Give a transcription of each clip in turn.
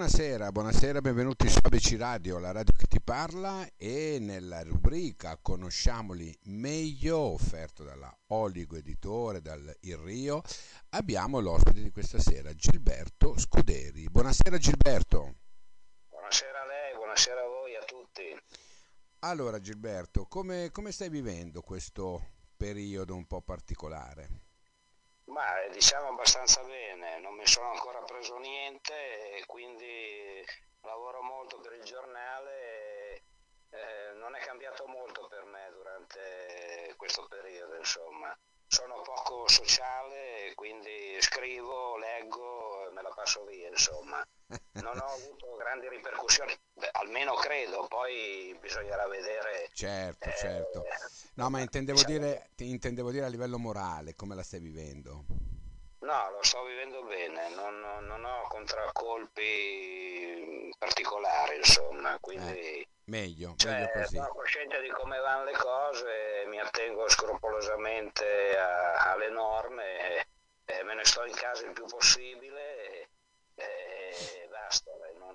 Buonasera, buonasera, benvenuti su ABC Radio, la radio che ti parla, e nella rubrica Conosciamoli meglio, offerto dalla Oligo Editore, dal Il Rio, abbiamo l'ospite di questa sera, Gilberto Scuderi. Buonasera Gilberto. Buonasera a lei, buonasera a voi, a tutti. Allora Gilberto, come stai vivendo questo periodo un po' particolare? Ma diciamo abbastanza bene, non mi sono ancora preso niente e quindi lavoro molto per il giornale. Non è cambiato molto per me durante questo periodo, insomma. Sono poco sociale, quindi scrivo, leggo e me la passo via, insomma. Non ho avuto grandi ripercussioni, beh, almeno credo, poi bisognerà vedere. Certo, certo. No, ma Insomma, diciamo. intendevo dire a livello morale, come la stai vivendo? No, lo sto vivendo bene, non ho contraccolpi particolari, insomma, Eh, quindi meglio cioè, così. sono cosciente di come vanno le cose, mi attengo scrupolosamente alle norme, me ne sto in casa il più possibile e basta,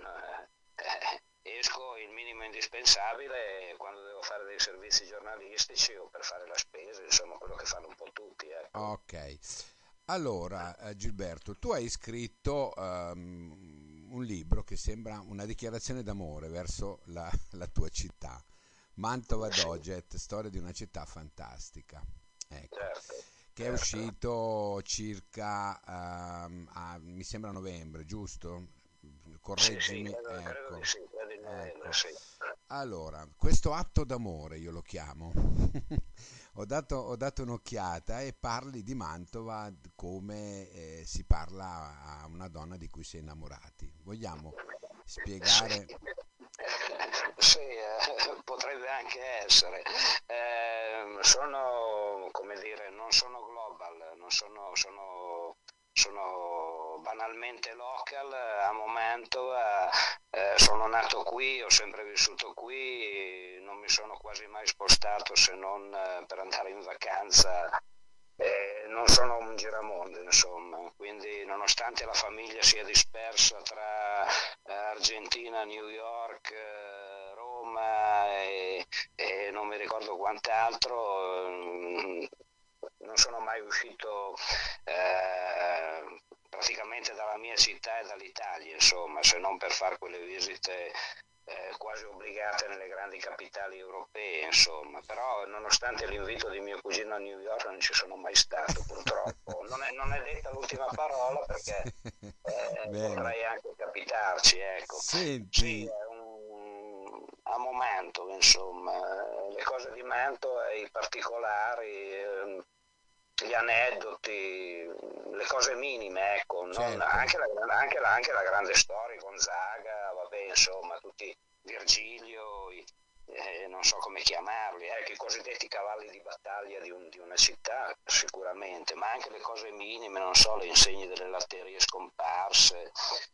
esco il minimo indispensabile quando devo fare dei servizi giornalistici o per fare la spesa, insomma, quello che fanno un po' tutti, ecco. Ok. Allora, Gilberto, tu hai scritto un libro che sembra una dichiarazione d'amore verso la tua città, Mantova Sì, Doget, storia di una città fantastica. Ecco, certo, che è certo. uscito circa mi sembra novembre, giusto? Sì, sì, Correggimi, credo di ecco, sì, credo di novembre, ecco. sì. Allora, questo atto d'amore io lo chiamo. Ho dato un'occhiata e parli di Mantova come si parla a una donna di cui si è innamorati. Vogliamo Sì, spiegare? sì, potrebbe anche essere. Sono, come dire, non sono global, non sono banalmente local, amo Mantova, sono nato qui, ho sempre vissuto qui, non mi sono quasi mai spostato se non per andare in vacanza. Non sono un giramondo, insomma, quindi nonostante la famiglia sia dispersa tra Argentina, New York, Roma e non mi ricordo quant'altro, non sono mai uscito praticamente dalla mia città e dall'Italia, insomma, se non per fare quelle visite quasi obbligate nelle grandi capitali europee, insomma, però nonostante l'invito di mio cugino a New York non ci sono mai stato, purtroppo. Non è detta l'ultima parola perché Bene. potrei anche capitarci, ecco. Sì, Senti, a momento, insomma, le cose di Mento, i particolari, gli aneddoti, le cose minime, ecco, certo. anche la grande storia, Gonzaga, vabbè, insomma, tutti Virgilio, non so come chiamarli, ecco, i cosiddetti cavalli di battaglia di una città, sicuramente, ma anche le cose minime, non so, le insegne delle latterie scomparse,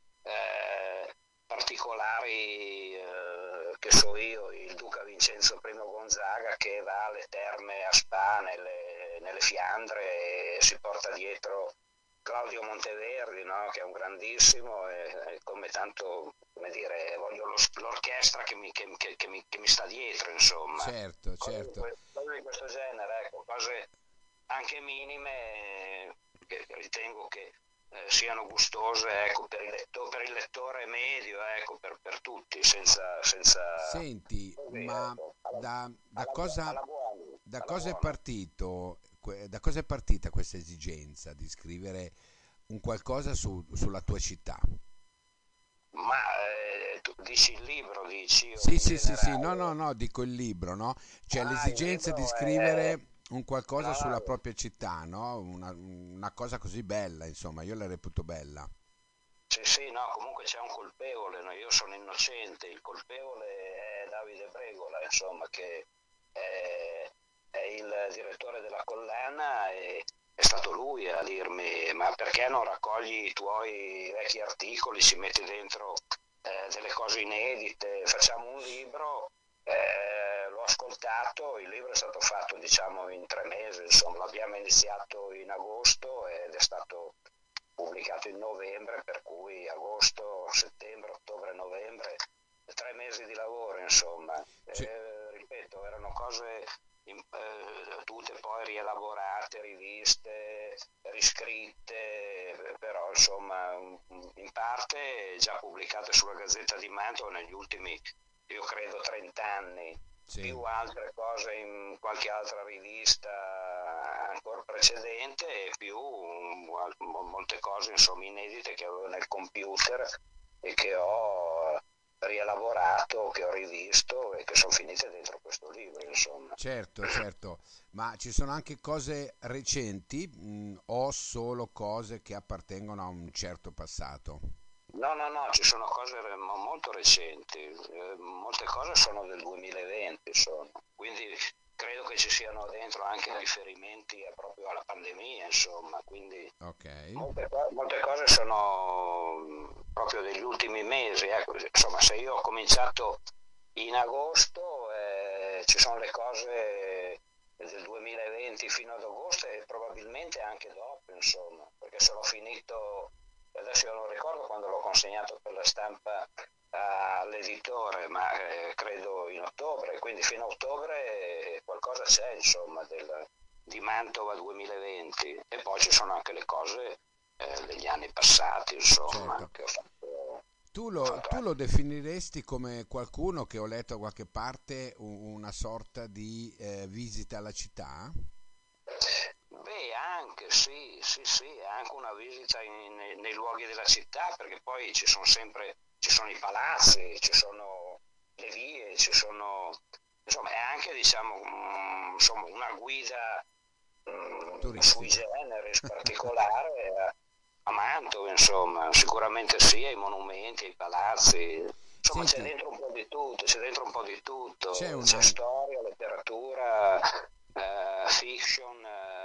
particolari, che so io, il duca Vincenzo I Gonzaga che va alle terme a Spa nelle Fiandre e si porta dietro Claudio Monteverdi, no? Che è un grandissimo e come tanto, come dire, voglio l'orchestra che mi sta dietro, insomma. Certo, certo. Cose di questo genere, ecco, cose anche minime che ritengo che siano gustose, ecco, per il lettore medio, ecco, per tutti, senza Senti, così, ma ecco, da cosa, alla buona, da alla cosa è buona. partito, da cosa è partita questa esigenza di scrivere un qualcosa sulla tua città? Ma tu dici il libro, dici, o Sì, in sì, sì, sì, no, no, generale? no, dico il libro, no? Cioè Il l'esigenza di libro scrivere un qualcosa sulla no, propria città, no? Una cosa così bella, insomma, io la reputo bella. sì, sì, no, comunque c'è un colpevole, no? Io sono innocente, il colpevole è Davide Bregola, insomma, che è il direttore della collana e è stato lui a dirmi, ma perché non raccogli i tuoi vecchi articoli, ci metti dentro delle cose inedite, facciamo un libro. L'ho ascoltato, il libro è stato fatto diciamo in 3 mesi, insomma, l'abbiamo iniziato in agosto ed è stato pubblicato in novembre, per cui agosto, settembre, ottobre, novembre, 3 mesi di lavoro, insomma. Sì. Ripeto, erano cose tutte poi rielaborate, riviste, riscritte, però insomma in parte già pubblicate sulla Gazzetta di Mantova negli ultimi, io credo, 30 anni, Sì. più altre cose in qualche altra rivista ancora precedente e più molte cose insomma inedite che avevo nel computer e che ho rielaborato, che ho rivisto e che sono finite dentro questo libro, insomma. Certo, certo, ma ci sono anche cose recenti, o solo cose che appartengono a un certo passato? No, no, no, ci sono cose molto recenti, molte cose sono del 2020, sono. Quindi credo che ci siano dentro anche riferimenti proprio alla pandemia, insomma, quindi Ok, molte cose sono proprio degli ultimi mesi, ecco. Insomma, se io ho cominciato in agosto, ci sono le cose del 2020 fino ad agosto e probabilmente anche dopo, insomma, perché se l'ho finito, adesso io non ricordo quando l'ho consegnato per la stampa all'editore, ma credo in ottobre, quindi fino a ottobre qualcosa c'è, insomma, di Mantova 2020 e poi ci sono anche le cose degli anni passati, insomma, certo. che ho fatto, Tu ho lo, fatto tu lo definiresti come qualcuno che ho letto da qualche parte una sorta di visita alla città? Beh, anche sì, sì, sì, anche una visita nei luoghi della città, perché poi ci sono i palazzi, ci sono le vie, insomma, è anche, diciamo, insomma, una guida sui Turistica. generis particolare a Mantova, insomma, sicuramente sì, ai monumenti, ai palazzi, insomma, c'è Senti, dentro un po' di tutto, c'è dentro un po' di c'è tutto, c'è una... storia, letteratura, fiction,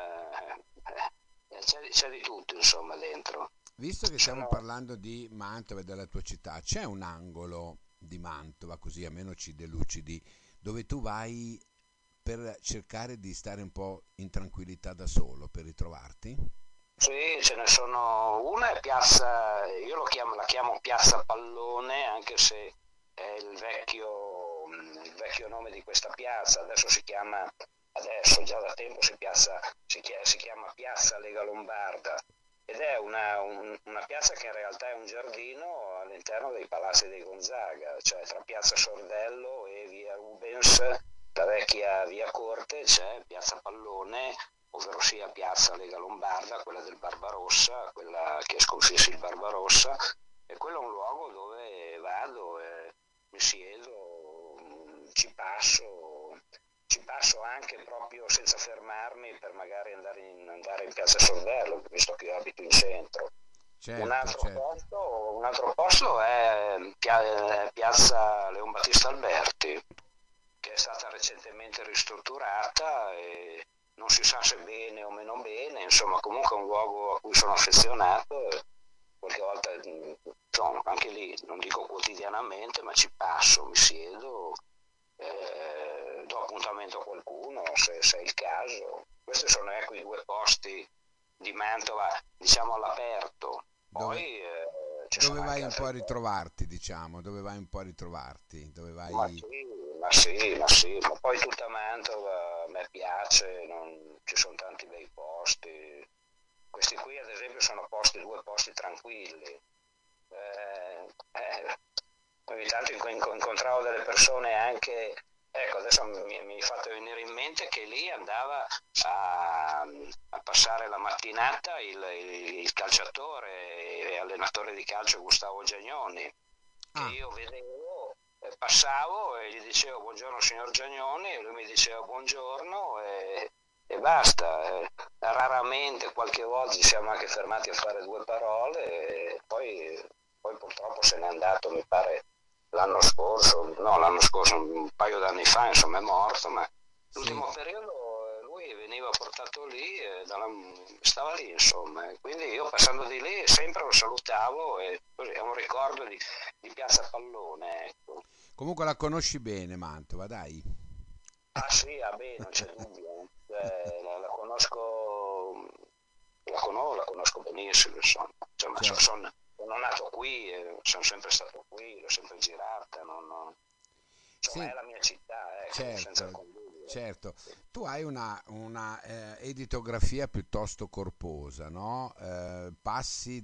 c'è di tutto, insomma, dentro. Visto che stiamo Sono, parlando di Mantova e della tua città, c'è un angolo di Mantova, così almeno ci delucidi, dove tu vai per cercare di stare un po' in tranquillità da solo, per ritrovarti? sì, ce ne sono una è piazza, io la chiamo Piazza Pallone, anche se è il vecchio nome di questa piazza, adesso già da tempo si chiama Piazza Lega Lombarda ed è una piazza che in realtà è un giardino all'interno dei palazzi dei Gonzaga, cioè tra Piazza Sordello e via Rubens, la vecchia via Corte, c'è Piazza Pallone, ovvero sia Piazza Lega Lombarda, quella del Barbarossa, quella che sconfisse il Barbarossa, e quello è un luogo dove vado e mi siedo, ci passo anche proprio senza fermarmi per magari andare in Piazza Sordello, visto che io abito in centro. Certo, certo. Un altro posto è Piazza Leon Battista Alberti, che è stata recentemente ristrutturata e non si sa se bene o meno bene, insomma comunque è un luogo a cui sono affezionato e qualche volta insomma, anche lì non dico quotidianamente, ma ci passo, mi siedo, do appuntamento a qualcuno se è il caso. Questi sono ecco i due posti di Mantova, diciamo all'aperto. Dove, Poi ci dove sono vai anche un po' a altre cose. ritrovarti, diciamo, dove vai un po' a ritrovarti, dove Ma vai... sì, ma sì, ma sì, ma poi tutta Mantova a me piace, ci sono tanti bei posti. Questi qui ad esempio sono due posti tranquilli. Ogni tanto incontravo delle persone anche, ecco, adesso mi hai fatto venire in mente che lì andava a passare la mattinata il calciatore e allenatore di calcio Gustavo Giagnoni, che Ah, io vedevo, passavo e gli dicevo buongiorno signor Giagnoni e lui mi diceva buongiorno e basta. Raramente, qualche volta ci siamo anche fermati a fare due parole e poi purtroppo se n'è andato, mi pare l'anno scorso, no l'anno scorso, un paio d'anni fa, insomma è morto, ma sì, l'ultimo periodo lui veniva portato lì, stava lì insomma, e quindi io passando di lì sempre lo salutavo e così è un ricordo di Piazza Pallone, ecco. comunque la conosci bene Mantova, dai. Ah sì, ah beh, non c'è dubbio, la conosco benissimo, insomma. insomma, Cioè, sono nato qui, sono sempre stato qui, l'ho sempre girata, insomma sì, è la mia città, ecco, senza certo, alcun dubbio. certo. Tu hai una editografia piuttosto corposa, no? Passi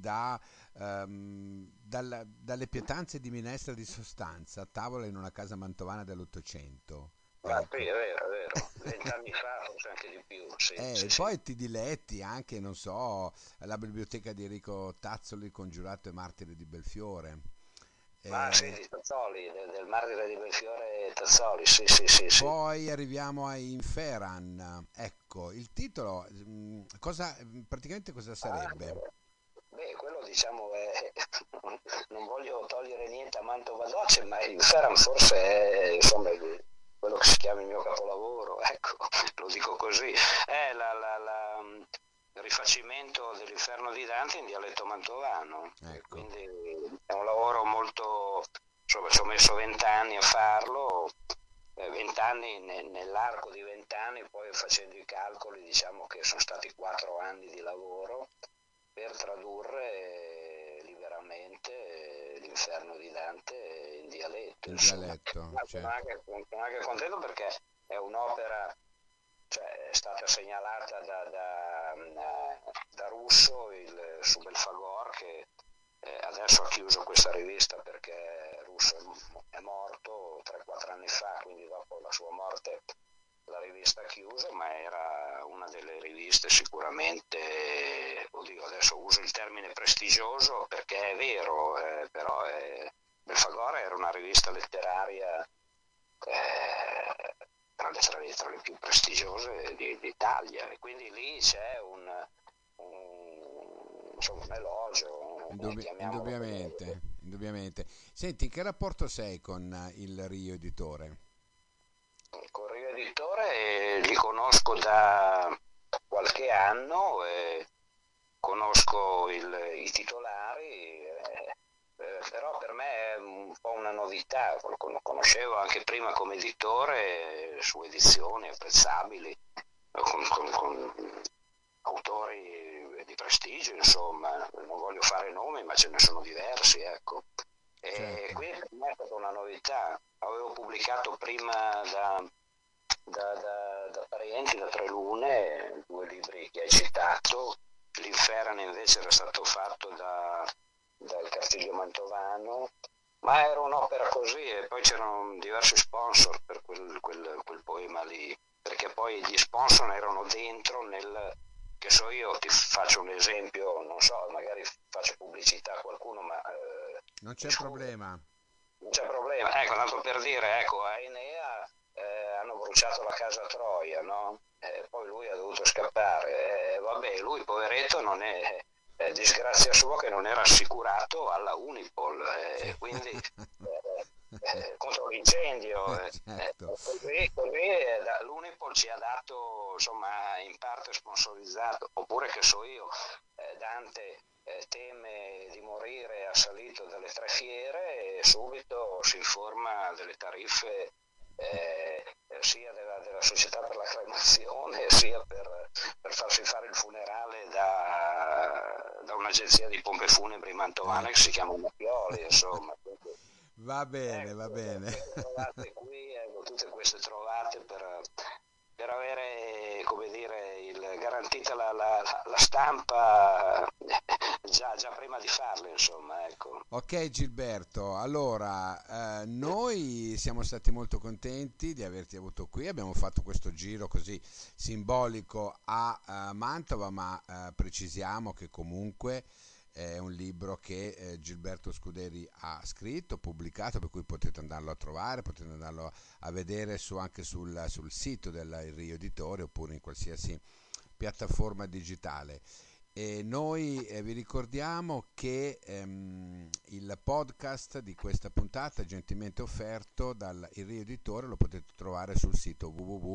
dalle pietanze di Minestra di Sostanza a tavola in una casa mantovana dell'Ottocento. Ma sì, Ecco. è vero, 20 anni fa, forse anche di più, sì, E sì, sì. poi ti diletti anche, non so, la biblioteca di Enrico Tazzoli, Congiurato e Martire di Belfiore. Ma sì, Eh, di Tazzoli, del Martire di Belfiore e Tazzoli, sì, sì, sì, sì. Poi arriviamo a Inferan. Ecco, il titolo, praticamente cosa Ah, sarebbe? beh, quello diciamo è, non voglio togliere niente a Mantova Doce, ma il Ferran forse è insomma, quello che si chiama il mio capolavoro, ecco, lo dico così, è il rifacimento dell'Inferno di Dante in dialetto mantovano, e Ecco, quindi è un lavoro molto, insomma, ci ho messo 20 anni a farlo, 20 anni nell'arco di 20 anni, poi facendo i calcoli diciamo che sono stati 4 anni di lavoro per tradurre liberamente l'Inferno di Dante in dialetto, in insomma. dialetto, Ma certo. sono anche contento perché è un'opera, cioè, è stata segnalata da Russo su Belfagor che adesso ha chiuso questa rivista perché Russo è morto 3-4 anni fa, quindi dopo la sua morte la rivista ha chiuso, ma era una delle riviste sicuramente, oddio, adesso uso il termine prestigioso perché è vero, però Belfagora era una rivista letteraria tra le più prestigiose d'Italia e quindi lì c'è insomma, un elogio, chiamiamolo come. Indubbiamente, indubbiamente. Senti, che rapporto sei con il Rio Editore? Corriere Editore li conosco da qualche anno, conosco i titolari, però per me è un po' una novità, lo conoscevo anche prima come editore su edizioni apprezzabili, con autori di prestigio, insomma, non voglio fare nomi, ma ce ne sono diversi, ecco. E Certo. quindi per me è stata una novità. Avevo pubblicato prima da Parenti, da Tre Lune, 2 libri che hai citato. L'Inferno invece era stato fatto dal Castiglio Mantovano, ma era un'opera così e poi c'erano diversi sponsor per quel poema lì, perché poi gli sponsor erano dentro che so io, ti faccio un esempio, non so, magari faccio pubblicità a qualcuno, ma Non mi c'è scuso, problema. non c'è problema. Ecco, tanto per dire, ecco, a Enea hanno bruciato la casa Troia, no? Poi lui ha dovuto scappare. Vabbè, lui poveretto non disgrazia sua che non era assicurato alla Unipol, Sì. quindi contro l'incendio. Certo. Così l'Unipol ci ha dato, insomma, in parte sponsorizzato, oppure che so io, Dante teme di morire assalito dalle 3 fiere e subito si informa delle tariffe sia della società per la cremazione sia per farsi fare il funerale da un'agenzia di pompe funebri mantovane che Ecco. si chiama Mattioli, insomma. Quindi, Va bene, va ecco, bene. queste trovate qui, ecco, tutte queste trovate per avere, come dire, garantita la stampa già prima di farle, insomma, ecco. Ok Gilberto, allora noi siamo stati molto contenti di averti avuto qui, abbiamo fatto questo giro così simbolico a Mantova, ma precisiamo che comunque è un libro che Gilberto Scuderi ha scritto, pubblicato, per cui potete andarlo a trovare, potete andarlo a vedere anche sul sito del Rio Editore oppure in qualsiasi piattaforma digitale. E noi vi ricordiamo che il podcast di questa puntata è gentilmente offerto dal Il Rio Editore, lo potete trovare sul sito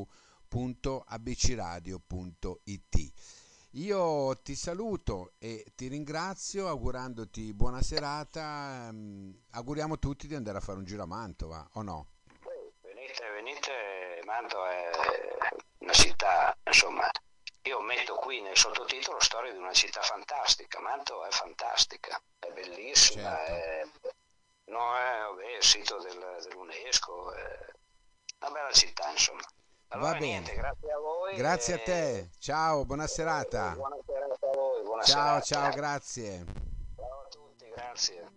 www.abcradio.it. Io ti saluto e ti ringrazio augurandoti buona serata. Auguriamo tutti di andare a fare un giro a Mantova, o no? Venite, venite, Mantova è una città, insomma, io metto qui nel sottotitolo storia di una città fantastica. Manto è fantastica, è bellissima, certo. no, vabbè, il sito dell'UNESCO, è una bella città, insomma. Va Allora bene. niente, grazie a voi Grazie a e te. Ciao, buona serata. buona serata a voi, buona Ciao, ciao, serata. grazie. Ciao a tutti, grazie.